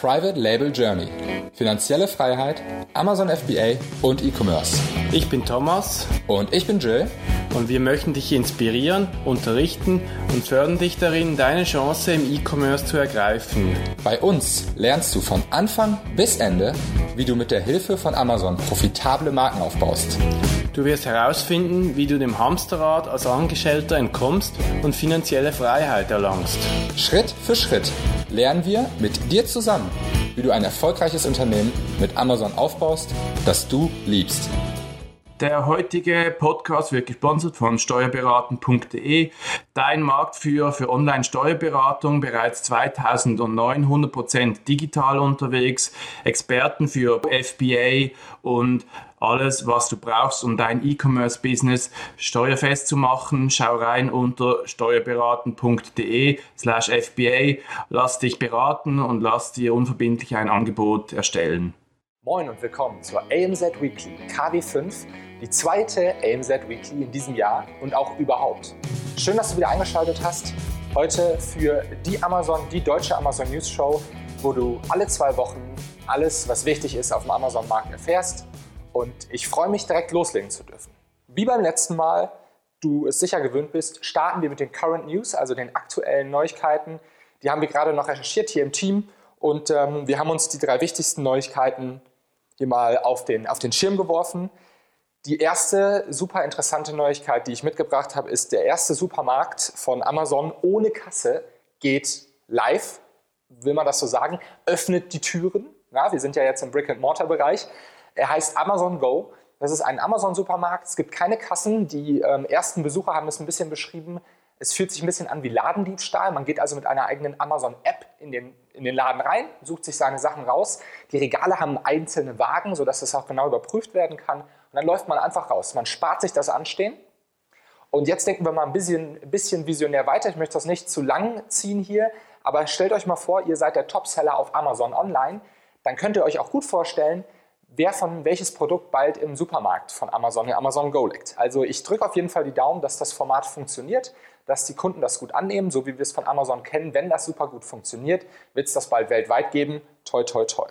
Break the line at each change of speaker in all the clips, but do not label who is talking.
Private Label Journey, finanzielle Freiheit, Amazon FBA und E-Commerce.
Ich bin Thomas.
Und ich bin Jill.
Und wir möchten dich inspirieren, unterrichten und fördern dich darin, deine Chance im E-Commerce zu ergreifen.
Bei uns lernst du von Anfang bis Ende, wie du mit der Hilfe von Amazon profitable Marken aufbaust.
Du wirst herausfinden, wie du dem Hamsterrad als Angestellter entkommst und finanzielle Freiheit erlangst.
Schritt für Schritt lernen wir mit dir zusammen, wie du ein erfolgreiches Unternehmen mit Amazon aufbaust, das du liebst.
Der heutige Podcast wird gesponsert von steuerberaten.de, dein Marktführer für Online-Steuerberatung, bereits 2009 100% digital unterwegs, Experten für FBA und alles, was du brauchst, um dein E-Commerce-Business steuerfest zu machen. Schau rein unter steuerberaten.de/FBA, lass dich beraten und lass dir unverbindlich ein Angebot erstellen.
Moin und willkommen zur AMZ Weekly KW5, die zweite AMZ Weekly in diesem Jahr und auch überhaupt. Schön, dass du wieder eingeschaltet hast. Heute für die deutsche Amazon News Show, wo du alle 2 Wochen alles, was wichtig ist, auf dem Amazon-Markt erfährst. Und ich freue mich, direkt loslegen zu dürfen. Wie beim letzten Mal du es sicher gewöhnt bist, starten wir mit den Current News, also den aktuellen Neuigkeiten. Die haben wir gerade noch recherchiert hier im Team und wir haben uns die 3 wichtigsten Neuigkeiten hier mal auf den Schirm geworfen. Die erste super interessante Neuigkeit, die ich mitgebracht habe, ist, der erste Supermarkt von Amazon ohne Kasse geht live, will man das so sagen, öffnet die Türen. Ja, wir sind ja jetzt im Brick-and-Mortar-Bereich. Er heißt Amazon Go. Das ist ein Amazon-Supermarkt. Es gibt keine Kassen. Die ersten Besucher haben es ein bisschen beschrieben. Es fühlt sich ein bisschen an wie Ladendiebstahl. Man geht also mit einer eigenen Amazon-App in den Laden rein, sucht sich seine Sachen raus. Die Regale haben einzelne Wagen, sodass das auch genau überprüft werden kann. Und dann läuft man einfach raus. Man spart sich das Anstehen. Und jetzt denken wir mal ein bisschen visionär weiter. Ich möchte das nicht zu lang ziehen hier, aber stellt euch mal vor, ihr seid der Topseller auf Amazon Online. Dann könnt ihr euch auch gut vorstellen, welches Produkt bald im Supermarkt von Amazon in Amazon Go liegt. Also ich drücke auf jeden Fall die Daumen, dass das Format funktioniert, dass die Kunden das gut annehmen, so wie wir es von Amazon kennen. Wenn das super gut funktioniert, wird es das bald weltweit geben. Toi, toi, toi.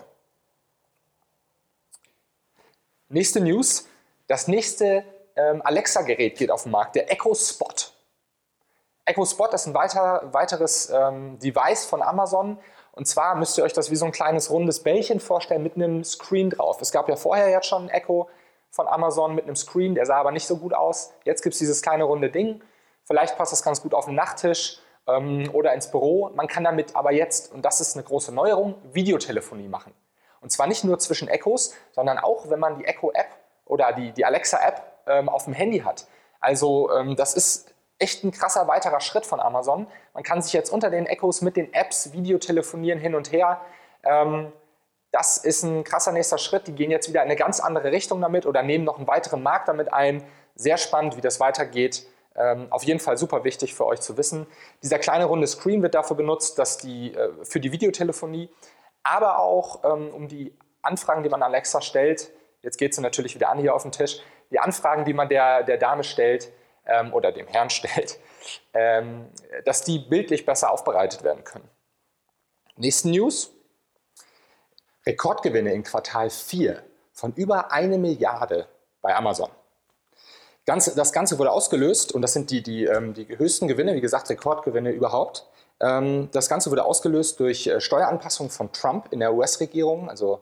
Nächste News. Das nächste Alexa-Gerät geht auf den Markt, der Echo Spot. Echo Spot ist ein weiteres Device von Amazon. Und zwar müsst ihr euch das wie so ein kleines rundes Bällchen vorstellen mit einem Screen drauf. Es gab ja vorher jetzt schon ein Echo von Amazon mit einem Screen, der sah aber nicht so gut aus. Jetzt gibt es dieses kleine runde Ding. Vielleicht passt das ganz gut auf den Nachttisch oder ins Büro. Man kann damit aber jetzt, und das ist eine große Neuerung, Videotelefonie machen. Und zwar nicht nur zwischen Echos, sondern auch, wenn man die Echo-App oder die Alexa-App auf dem Handy hat. Also das ist echt ein krasser weiterer Schritt von Amazon. Man kann sich jetzt unter den Echos mit den Apps Videotelefonieren hin und her. Das ist ein krasser nächster Schritt. Die gehen jetzt wieder in eine ganz andere Richtung damit oder nehmen noch einen weiteren Markt damit ein. Sehr spannend, wie das weitergeht. Auf jeden Fall super wichtig für euch zu wissen. Dieser kleine runde Screen wird dafür benutzt, für die Videotelefonie, aber auch um die Anfragen, die man an Alexa stellt. Jetzt geht sie natürlich wieder an hier auf den Tisch. Die Anfragen, die man der Dame stellt, oder dem Herrn stellt, dass die bildlich besser aufbereitet werden können. Nächste News. Rekordgewinne in Quartal 4 von über 1 Milliarde bei Amazon. Das Ganze wurde ausgelöst, und das sind die höchsten Gewinne, wie gesagt, Rekordgewinne überhaupt. Das Ganze wurde ausgelöst durch Steueranpassungen von Trump in der US-Regierung, also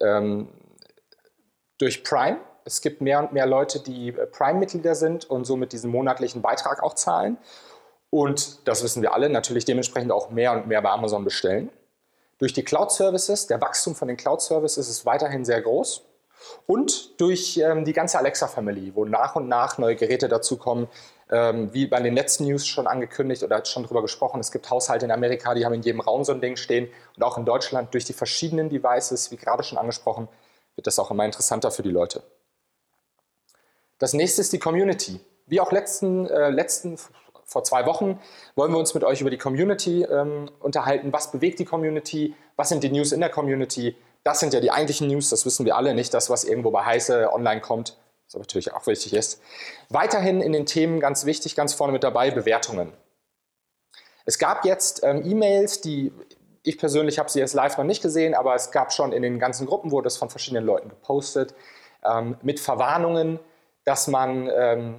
durch Prime. Es gibt mehr und mehr Leute, die Prime-Mitglieder sind und somit diesen monatlichen Beitrag auch zahlen. Und das wissen wir alle, natürlich dementsprechend auch mehr und mehr bei Amazon bestellen. Durch die Cloud-Services, der Wachstum von den Cloud-Services ist weiterhin sehr groß. Und durch die ganze Alexa-Family, wo nach und nach neue Geräte dazukommen, wie bei den letzten News schon angekündigt oder schon drüber gesprochen. Es gibt Haushalte in Amerika, die haben in jedem Raum so ein Ding stehen. Und auch in Deutschland durch die verschiedenen Devices, wie gerade schon angesprochen, wird das auch immer interessanter für die Leute. Das nächste ist die Community. Wie auch vor 2 Wochen wollen wir uns mit euch über die Community unterhalten. Was bewegt die Community? Was sind die News in der Community? Das sind ja die eigentlichen News, das wissen wir alle, nicht das, was irgendwo bei Heiße online kommt, was aber natürlich auch wichtig ist. Weiterhin in den Themen ganz wichtig, ganz vorne mit dabei, Bewertungen. Es gab jetzt E-Mails, die Ich persönlich habe sie jetzt live noch nicht gesehen, aber es gab schon in den ganzen Gruppen, wurde es von verschiedenen Leuten gepostet, mit Verwarnungen, dass man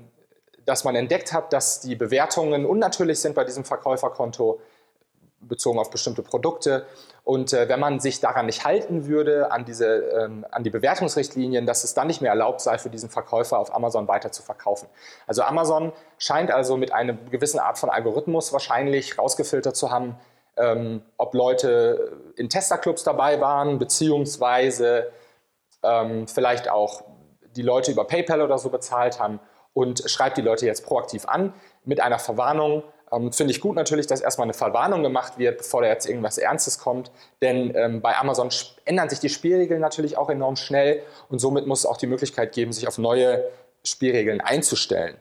entdeckt hat, dass die Bewertungen unnatürlich sind bei diesem Verkäuferkonto, bezogen auf bestimmte Produkte. Und wenn man sich daran nicht halten würde, an die Bewertungsrichtlinien, dass es dann nicht mehr erlaubt sei, für diesen Verkäufer auf Amazon weiter zu verkaufen. Also Amazon scheint also mit einer gewissen Art von Algorithmus wahrscheinlich rausgefiltert zu haben, ob Leute in Testerclubs dabei waren, beziehungsweise vielleicht auch die Leute über PayPal oder so bezahlt haben, und schreibt die Leute jetzt proaktiv an mit einer Verwarnung. Finde ich gut natürlich, dass erstmal eine Verwarnung gemacht wird, bevor da jetzt irgendwas Ernstes kommt. Denn bei Amazon ändern sich die Spielregeln natürlich auch enorm schnell und somit muss es auch die Möglichkeit geben, sich auf neue Spielregeln einzustellen.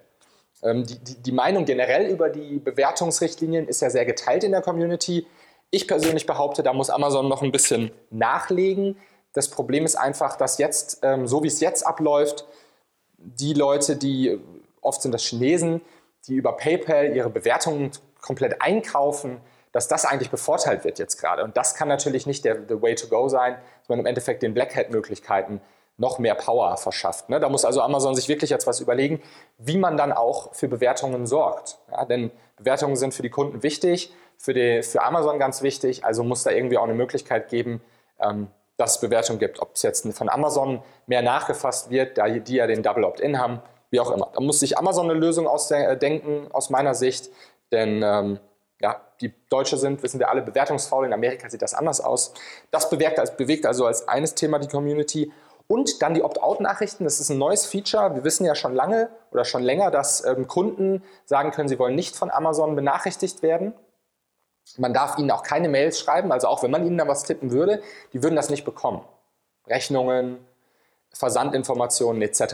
Die Meinung generell über die Bewertungsrichtlinien ist ja sehr geteilt in der Community. Ich persönlich behaupte, da muss Amazon noch ein bisschen nachlegen. Das Problem ist einfach, dass jetzt, so wie es jetzt abläuft, die Leute, die oft sind das Chinesen, die über PayPal ihre Bewertungen komplett einkaufen, dass das eigentlich bevorteilt wird jetzt gerade. Und das kann natürlich nicht der way to go sein, dass man im Endeffekt den Black Hat-Möglichkeiten noch mehr Power verschafft. Ne? Da muss also Amazon sich wirklich jetzt was überlegen, wie man dann auch für Bewertungen sorgt. Ja, denn Bewertungen sind für die Kunden wichtig, für Amazon ganz wichtig, also muss da irgendwie auch eine Möglichkeit geben, dass es Bewertungen gibt. Ob es jetzt von Amazon mehr nachgefasst wird, da die ja den Double Opt-in haben, wie auch immer. Da muss sich Amazon eine Lösung ausdenken, aus meiner Sicht, denn die Deutsche sind, wissen wir alle, bewertungsfaul. In Amerika sieht das anders aus. Das bewegt also als eines Thema die Community. Und dann die Opt-out-Nachrichten, das ist ein neues Feature. Wir wissen ja schon lange oder schon länger, dass Kunden sagen können, sie wollen nicht von Amazon benachrichtigt werden. Man darf ihnen auch keine Mails schreiben, also auch wenn man ihnen da was tippen würde, die würden das nicht bekommen. Rechnungen, Versandinformationen etc.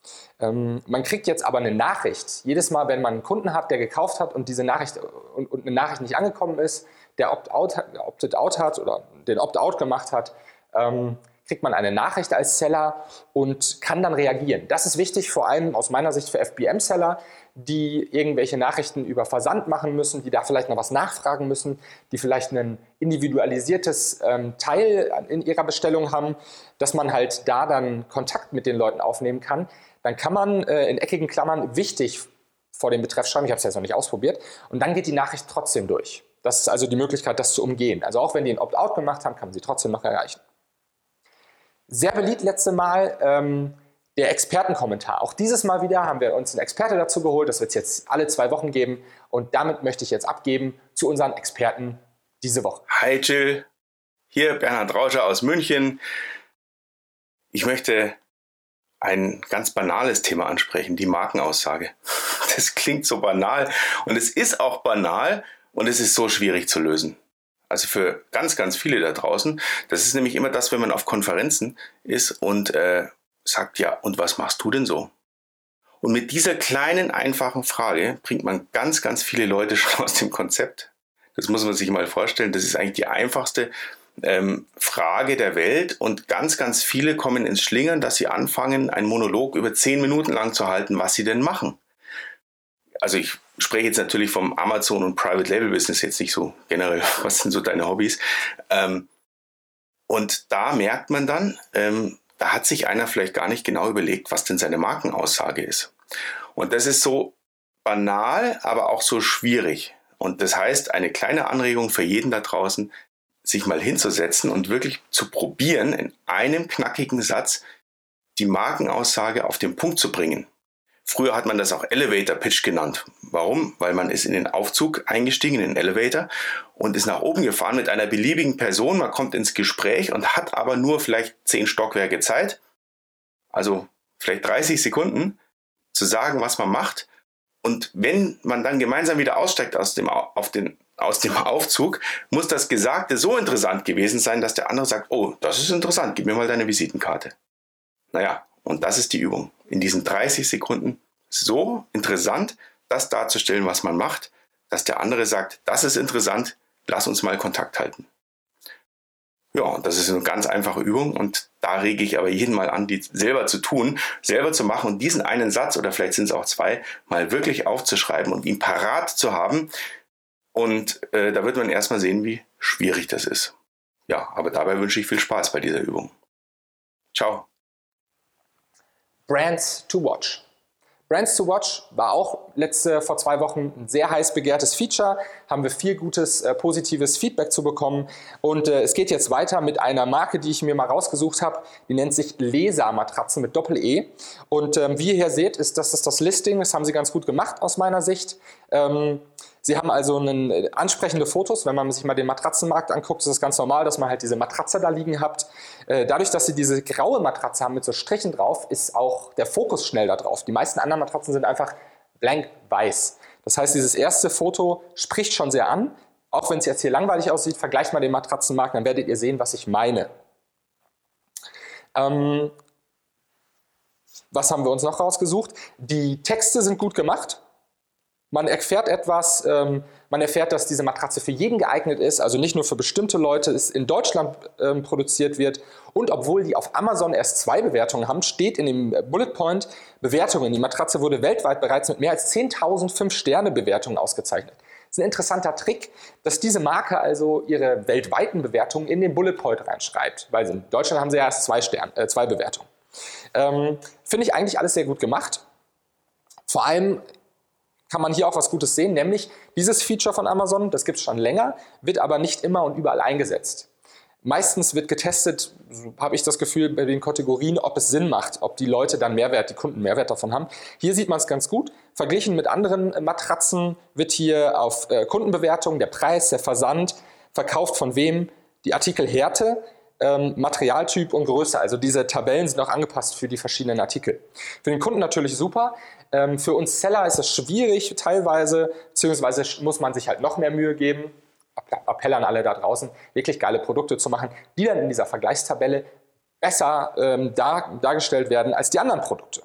Man kriegt jetzt aber eine Nachricht. Jedes Mal, wenn man einen Kunden hat, der gekauft hat und diese Nachricht und eine Nachricht nicht angekommen ist, der Opt-out hat oder den Opt-out gemacht hat, kriegt man eine Nachricht als Seller und kann dann reagieren. Das ist wichtig, vor allem aus meiner Sicht für FBM-Seller, die irgendwelche Nachrichten über Versand machen müssen, die da vielleicht noch was nachfragen müssen, die vielleicht ein individualisiertes Teil in ihrer Bestellung haben, dass man halt da dann Kontakt mit den Leuten aufnehmen kann. Dann kann man in eckigen Klammern wichtig vor dem Betreff schreiben, ich habe es jetzt noch nicht ausprobiert, und dann geht die Nachricht trotzdem durch. Das ist also die Möglichkeit, das zu umgehen. Also auch wenn die ein Opt-out gemacht haben, kann man sie trotzdem noch erreichen. Sehr beliebt letzte Mal der Expertenkommentar. Auch dieses Mal wieder haben wir uns einen Experte dazu geholt. Das wird es jetzt alle 2 Wochen geben. Und damit möchte ich jetzt abgeben zu unseren Experten diese Woche.
Hi Jill, hier Bernhard Rauscher aus München. Ich möchte ein ganz banales Thema ansprechen, die Markenaussage. Das klingt so banal und es ist auch banal und es ist so schwierig zu lösen. Also für ganz, ganz viele da draußen. Das ist nämlich immer das, wenn man auf Konferenzen ist und sagt, ja, und was machst du denn so? Und mit dieser kleinen, einfachen Frage bringt man ganz, ganz viele Leute schon aus dem Konzept. Das muss man sich mal vorstellen. Das ist eigentlich die einfachste Frage der Welt und ganz, ganz viele kommen ins Schlingern, dass sie anfangen, einen Monolog über 10 Minuten lang zu halten, was sie denn machen. Also ich spreche jetzt natürlich vom Amazon- und Private-Label-Business jetzt nicht so generell, was sind so deine Hobbys? Und da merkt man dann, da hat sich einer vielleicht gar nicht genau überlegt, was denn seine Markenaussage ist. Und das ist so banal, aber auch so schwierig. Und das heißt, eine kleine Anregung für jeden da draußen, sich mal hinzusetzen und wirklich zu probieren, in einem knackigen Satz die Markenaussage auf den Punkt zu bringen. Früher hat man das auch Elevator Pitch genannt. Warum? Weil man ist in den Aufzug eingestiegen, in den Elevator und ist nach oben gefahren mit einer beliebigen Person. Man kommt ins Gespräch und hat aber nur vielleicht 10 Stockwerke Zeit, also vielleicht 30 Sekunden, zu sagen, was man macht. Und wenn man dann gemeinsam wieder aussteigt aus dem Aufzug, muss das Gesagte so interessant gewesen sein, dass der andere sagt, oh, das ist interessant, gib mir mal deine Visitenkarte. Naja, und das ist die Übung. In diesen 30 Sekunden so interessant, das darzustellen, was man macht, dass der andere sagt, das ist interessant, lass uns mal Kontakt halten. Ja, und das ist eine ganz einfache Übung und da rege ich aber jeden mal an, die selber zu tun, selber zu machen und diesen einen Satz oder vielleicht sind es auch 2, mal wirklich aufzuschreiben und ihn parat zu haben Und da wird man erstmal sehen, wie schwierig das ist. Ja, aber dabei wünsche ich viel Spaß bei dieser Übung. Ciao.
Brands to watch. Brands to Watch war auch vor 2 Wochen ein sehr heiß begehrtes Feature, haben wir viel gutes, positives Feedback zu bekommen und es geht jetzt weiter mit einer Marke, die ich mir mal rausgesucht habe, die nennt sich Lesa-Matratze mit Doppel-E und wie ihr hier seht, ist das Listing, das haben sie ganz gut gemacht aus meiner Sicht. Sie haben also ansprechende Fotos, wenn man sich mal den Matratzenmarkt anguckt, ist es ganz normal, dass man halt diese Matratze da liegen habt. Dadurch, dass sie diese graue Matratze haben mit so Strichen drauf, ist auch der Fokus schnell da drauf. Die meisten anderen Matratzen sind einfach blank weiß. Das heißt, dieses erste Foto spricht schon sehr an. Auch wenn es jetzt hier langweilig aussieht, vergleicht mal den Matratzenmarkt, dann werdet ihr sehen, was ich meine. Was haben wir uns noch rausgesucht? Die Texte sind gut gemacht. Man erfährt etwas, man erfährt, dass diese Matratze für jeden geeignet ist, also nicht nur für bestimmte Leute, es in Deutschland produziert wird und obwohl die auf Amazon erst 2 Bewertungen haben, steht in dem Bullet Point Bewertungen. Die Matratze wurde weltweit bereits mit mehr als 10.000 5-Sterne-Bewertungen ausgezeichnet. Das ist ein interessanter Trick, dass diese Marke also ihre weltweiten Bewertungen in den Bullet Point reinschreibt, weil in Deutschland haben sie ja erst 2 Bewertungen. Finde ich eigentlich alles sehr gut gemacht. Vor allem kann man hier auch was Gutes sehen, nämlich dieses Feature von Amazon, das gibt es schon länger, wird aber nicht immer und überall eingesetzt. Meistens wird getestet, habe ich das Gefühl, bei den Kategorien, ob es Sinn macht, ob die Leute dann die Kunden Mehrwert davon haben. Hier sieht man es ganz gut. Verglichen mit anderen Matratzen wird hier auf Kundenbewertung, der Preis, der Versand, verkauft von wem, die Artikelhärte, Materialtyp und Größe. Also diese Tabellen sind auch angepasst für die verschiedenen Artikel. Für den Kunden natürlich super. Für uns Seller ist es schwierig teilweise, beziehungsweise muss man sich halt noch mehr Mühe geben. Appell an alle da draußen, wirklich geile Produkte zu machen, die dann in dieser Vergleichstabelle besser dargestellt werden als die anderen Produkte.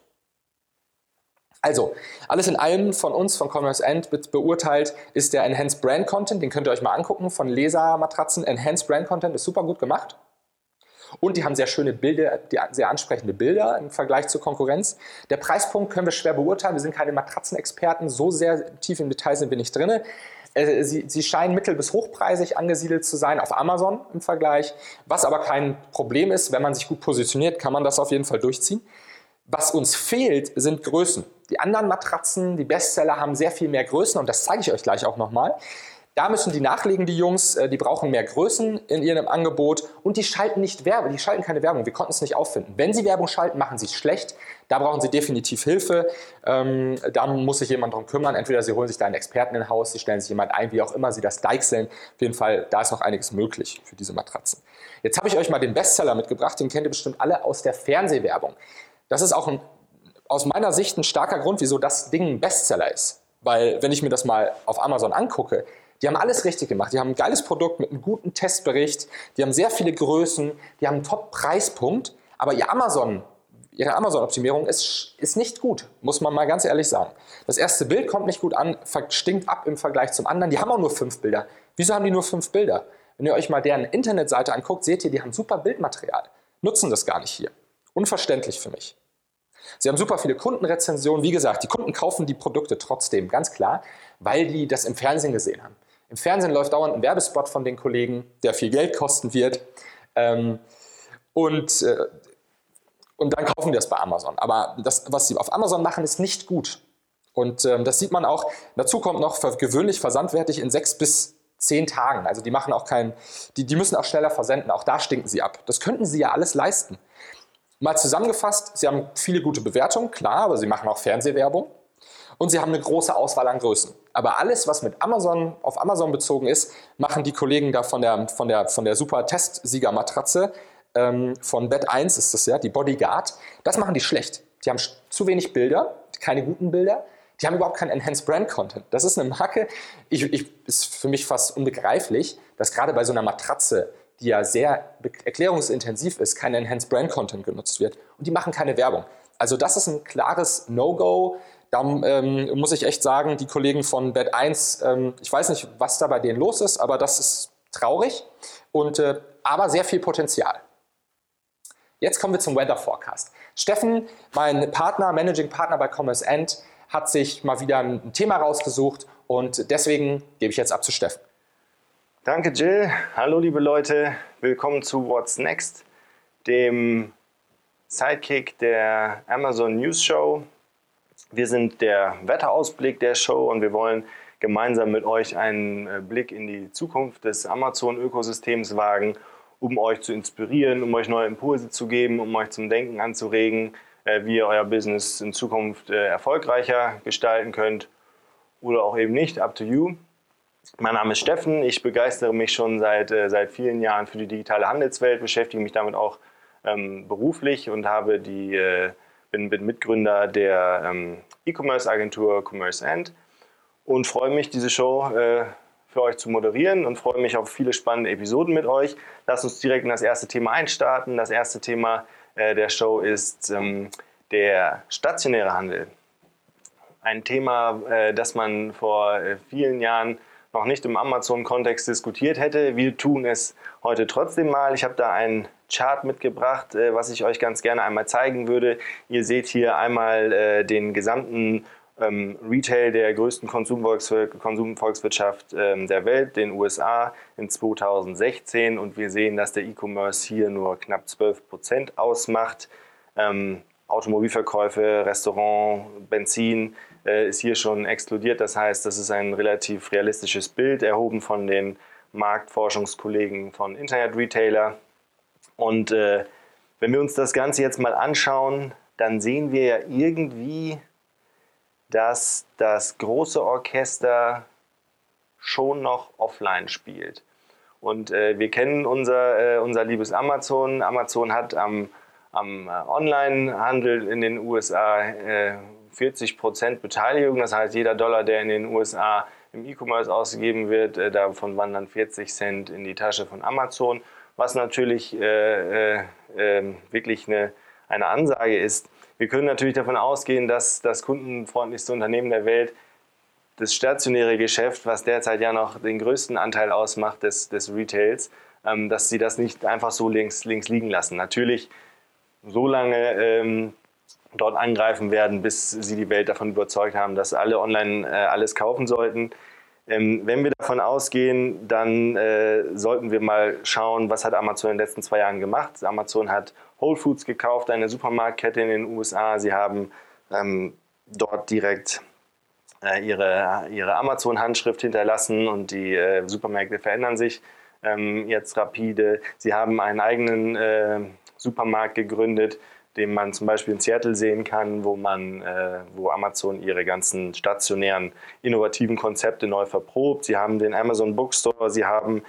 Also, alles in allem von uns, von Commerce End, beurteilt ist der Enhanced Brand Content, den könnt ihr euch mal angucken, von Lesa Matratzen. Enhanced Brand Content ist super gut gemacht. Und die haben sehr schöne Bilder, sehr ansprechende Bilder im Vergleich zur Konkurrenz. Der Preispunkt können wir schwer beurteilen. Wir sind keine Matratzenexperten, so sehr tief im Detail sind wir nicht drin. Sie scheinen mittel- bis hochpreisig angesiedelt zu sein auf Amazon im Vergleich. Was aber kein Problem ist, wenn man sich gut positioniert, kann man das auf jeden Fall durchziehen. Was uns fehlt, sind Größen. Die anderen Matratzen, die Bestseller, haben sehr viel mehr Größen und das zeige ich euch gleich auch nochmal. Da müssen die nachlegen, die Jungs, die brauchen mehr Größen in ihrem Angebot und die schalten nicht Werbung, die schalten keine Werbung, wir konnten es nicht auffinden. Wenn sie Werbung schalten, machen sie es schlecht, da brauchen sie definitiv Hilfe, da muss sich jemand drum kümmern, entweder sie holen sich da einen Experten in Haus, sie stellen sich jemand ein, wie auch immer sie das deichseln, auf jeden Fall, da ist noch einiges möglich für diese Matratzen. Jetzt habe ich euch mal den Bestseller mitgebracht, den kennt ihr bestimmt alle aus der Fernsehwerbung. Das ist auch aus meiner Sicht ein starker Grund, wieso das Ding ein Bestseller ist, weil wenn ich mir das mal auf Amazon angucke, die haben alles richtig gemacht. Die haben ein geiles Produkt mit einem guten Testbericht. Die haben sehr viele Größen. Die haben einen Top-Preispunkt. Aber ihre Amazon-Optimierung ist nicht gut, muss man mal ganz ehrlich sagen. Das erste Bild kommt nicht gut an, stinkt ab im Vergleich zum anderen. Die haben auch nur 5 Bilder. Wieso haben die nur 5 Bilder? Wenn ihr euch mal deren Internetseite anguckt, seht ihr, die haben super Bildmaterial. Nutzen das gar nicht hier. Unverständlich für mich. Sie haben super viele Kundenrezensionen. Wie gesagt, die Kunden kaufen die Produkte trotzdem, ganz klar, weil die das im Fernsehen gesehen haben. Im Fernsehen läuft dauernd ein Werbespot von den Kollegen, der viel Geld kosten wird. Und dann kaufen die das bei Amazon. Aber das, was sie auf Amazon machen, ist nicht gut. Und das sieht man auch. Dazu kommt noch gewöhnlich versandwertig in 6 bis 10 Tagen. Also die machen auch die müssen auch schneller versenden. Auch da stinken sie ab. Das könnten sie ja alles leisten. Mal zusammengefasst, sie haben viele gute Bewertungen, klar, aber sie machen auch Fernsehwerbung. Und sie haben eine große Auswahl an Größen. Aber alles, was auf Amazon bezogen ist, machen die Kollegen da von der super Testsieger-Matratze, von Bed 1 ist das ja, die Bodyguard, das machen die schlecht. Die haben zu wenig Bilder, keine guten Bilder. Die haben überhaupt keinen Enhanced Brand Content. Das ist eine Marke, ist für mich fast unbegreiflich, dass gerade bei so einer Matratze, die ja sehr erklärungsintensiv ist, kein Enhanced Brand Content genutzt wird. Und die machen keine Werbung. Also das ist ein klares No-Go. Da muss ich echt sagen, die Kollegen von Bed 1, ich weiß nicht, was da bei denen los ist, aber das ist traurig, aber sehr viel Potenzial. Jetzt kommen wir zum Weather Forecast. Steffen, mein Managing Partner bei Commerce End, hat sich mal wieder ein Thema rausgesucht Und deswegen gebe ich jetzt ab zu Steffen.
Danke, Jill. Hallo, liebe Leute. Willkommen zu What's Next, dem Sidekick der Amazon News Show. Wir sind der Wetterausblick der Show und wir wollen gemeinsam mit euch einen Blick in die Zukunft des Amazon-Ökosystems wagen, um euch zu inspirieren, um euch neue Impulse zu geben, um euch zum Denken anzuregen, wie ihr euer Business in Zukunft erfolgreicher gestalten könnt oder auch eben nicht, up to you. Mein Name ist Steffen, ich begeistere mich schon seit vielen Jahren für die digitale Handelswelt, beschäftige mich damit auch beruflich und bin Mitgründer der E-Commerce-Agentur Commerce End und freue mich, diese Show für euch zu moderieren und freue mich auf viele spannende Episoden mit euch. Lasst uns direkt in das erste Thema einstarten. Das erste Thema der Show ist der stationäre Handel. Ein Thema, das man vor vielen Jahren noch nicht im Amazon-Kontext diskutiert hätte. Wir tun es heute trotzdem mal. Ich habe da einen Chart mitgebracht, was ich euch ganz gerne einmal zeigen würde. Ihr seht hier einmal den gesamten Retail der größten Konsumvolkswirtschaft der Welt, den USA, in 2016. Und wir sehen, dass der E-Commerce hier nur knapp 12% ausmacht. Automobilverkäufe, Restaurant, Benzin ist hier schon explodiert. Das heißt, das ist ein relativ realistisches Bild, erhoben von den Marktforschungskollegen von Internet Retailer. Und wenn wir uns das Ganze jetzt mal anschauen, dann sehen wir ja irgendwie, dass das große Orchester schon noch offline spielt. Und wir kennen unser liebes Amazon. Amazon hat am Online-Handel in den USA 40% Beteiligung. Das heißt, jeder Dollar, der in den USA im E-Commerce ausgegeben wird, davon wandern 40 Cent in die Tasche von Amazon. Was natürlich wirklich eine Ansage ist. Wir können natürlich davon ausgehen, dass das kundenfreundlichste Unternehmen der Welt, das stationäre Geschäft, was derzeit ja noch den größten Anteil ausmacht des Retails, dass sie das nicht einfach so links liegen lassen. Natürlich so lange dort angreifen werden, bis sie die Welt davon überzeugt haben, dass alle online alles kaufen sollten. Wenn wir davon ausgehen, dann sollten wir mal schauen, was hat Amazon in den letzten 2 Jahren gemacht. Amazon hat Whole Foods gekauft, eine Supermarktkette in den USA. Sie haben dort direkt ihre Amazon-Handschrift hinterlassen und die Supermärkte verändern sich jetzt rapide. Sie haben einen eigenen Supermarkt gegründet, den man zum Beispiel in Seattle sehen kann, wo Amazon ihre ganzen stationären, innovativen Konzepte neu verprobt. Sie haben den Amazon Bookstore, sie haben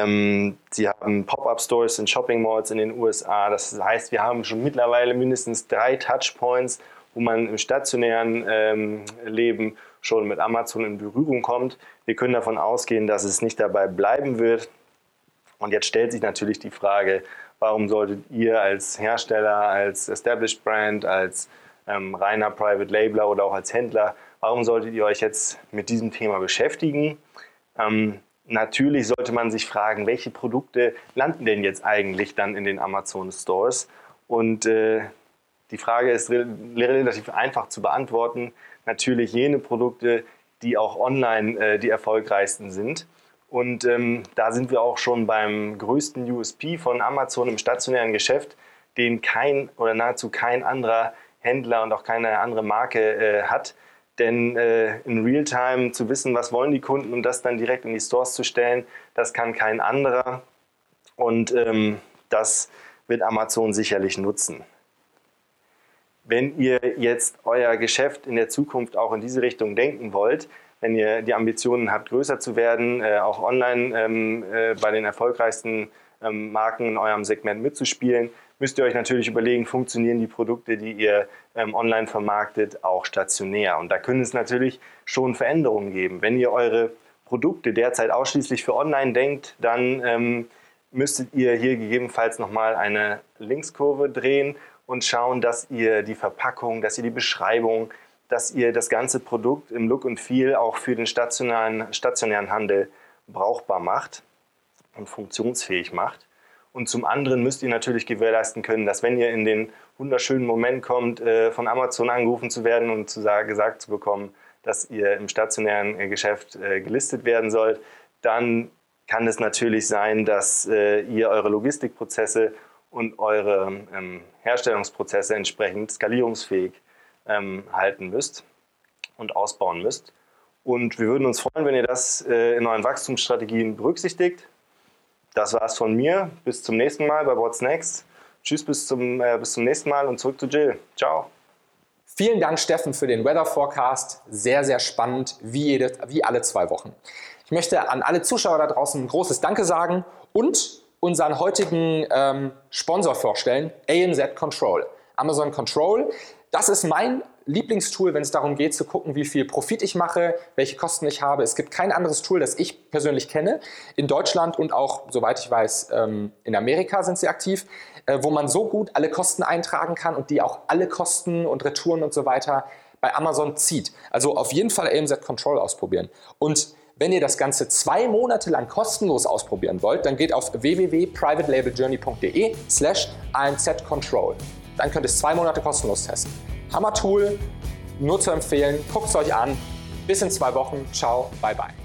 Pop-up-Stores in Shopping Malls in den USA. Das heißt, wir haben schon mittlerweile mindestens 3 Touchpoints, wo man im stationären Leben schon mit Amazon in Berührung kommt. Wir können davon ausgehen, dass es nicht dabei bleiben wird. Und jetzt stellt sich natürlich die Frage, warum solltet ihr als Hersteller, als Established Brand, als reiner Private Labeler oder auch als Händler, warum solltet ihr euch jetzt mit diesem Thema beschäftigen? Natürlich sollte man sich fragen, welche Produkte landen denn jetzt eigentlich dann in den Amazon Stores? Und die Frage ist relativ einfach zu beantworten. Natürlich jene Produkte, die auch online die erfolgreichsten sind. Und da sind wir auch schon beim größten USP von Amazon im stationären Geschäft, den kein oder nahezu kein anderer Händler und auch keine andere Marke hat. Denn in Realtime zu wissen, was wollen die Kunden und das dann direkt in die Stores zu stellen, das kann kein anderer. Und das wird Amazon sicherlich nutzen. Wenn ihr jetzt euer Geschäft in der Zukunft auch in diese Richtung denken wollt, wenn ihr die Ambitionen habt, größer zu werden, auch online bei den erfolgreichsten Marken in eurem Segment mitzuspielen, müsst ihr euch natürlich überlegen, funktionieren die Produkte, die ihr online vermarktet, auch stationär. Und da können es natürlich schon Veränderungen geben. Wenn ihr eure Produkte derzeit ausschließlich für online denkt, dann müsstet ihr hier gegebenenfalls nochmal eine Linkskurve drehen und schauen, dass ihr die Verpackung, dass ihr die Beschreibung, dass ihr das ganze Produkt im Look und Feel auch für den stationären Handel brauchbar macht und funktionsfähig macht. Und zum anderen müsst ihr natürlich gewährleisten können, dass wenn ihr in den wunderschönen Moment kommt, von Amazon angerufen zu werden und gesagt zu bekommen, dass ihr im stationären Geschäft gelistet werden sollt, dann kann es natürlich sein, dass ihr eure Logistikprozesse und eure Herstellungsprozesse entsprechend skalierungsfähig halten müsst und ausbauen müsst. Und wir würden uns freuen, wenn ihr das in euren Wachstumsstrategien berücksichtigt. Das war's von mir. Bis zum nächsten Mal bei What's Next. Tschüss, bis zum nächsten Mal und zurück zu Jill. Ciao.
Vielen Dank, Steffen, für den Weather Forecast. Sehr, sehr spannend, wie alle 2 Wochen. Ich möchte an alle Zuschauer da draußen ein großes Danke sagen und unseren heutigen Sponsor vorstellen, ANZ Control. Amazon Control, das ist mein Lieblingstool, wenn es darum geht zu gucken, wie viel Profit ich mache, welche Kosten ich habe. Es gibt kein anderes Tool, das ich persönlich kenne, in Deutschland und auch, soweit ich weiß, in Amerika sind sie aktiv, wo man so gut alle Kosten eintragen kann und die auch alle Kosten und Retouren und so weiter bei Amazon zieht. Also auf jeden Fall ANZ Control ausprobieren. Und wenn ihr das Ganze 2 Monate lang kostenlos ausprobieren wollt, dann geht auf www.privatelabeljourney.de/ANZ-Control. Dann könnt ihr es 2 Monate kostenlos testen. Hammer-Tool, nur zu empfehlen. Guckt es euch an. Bis in 2 Wochen. Ciao, bye bye.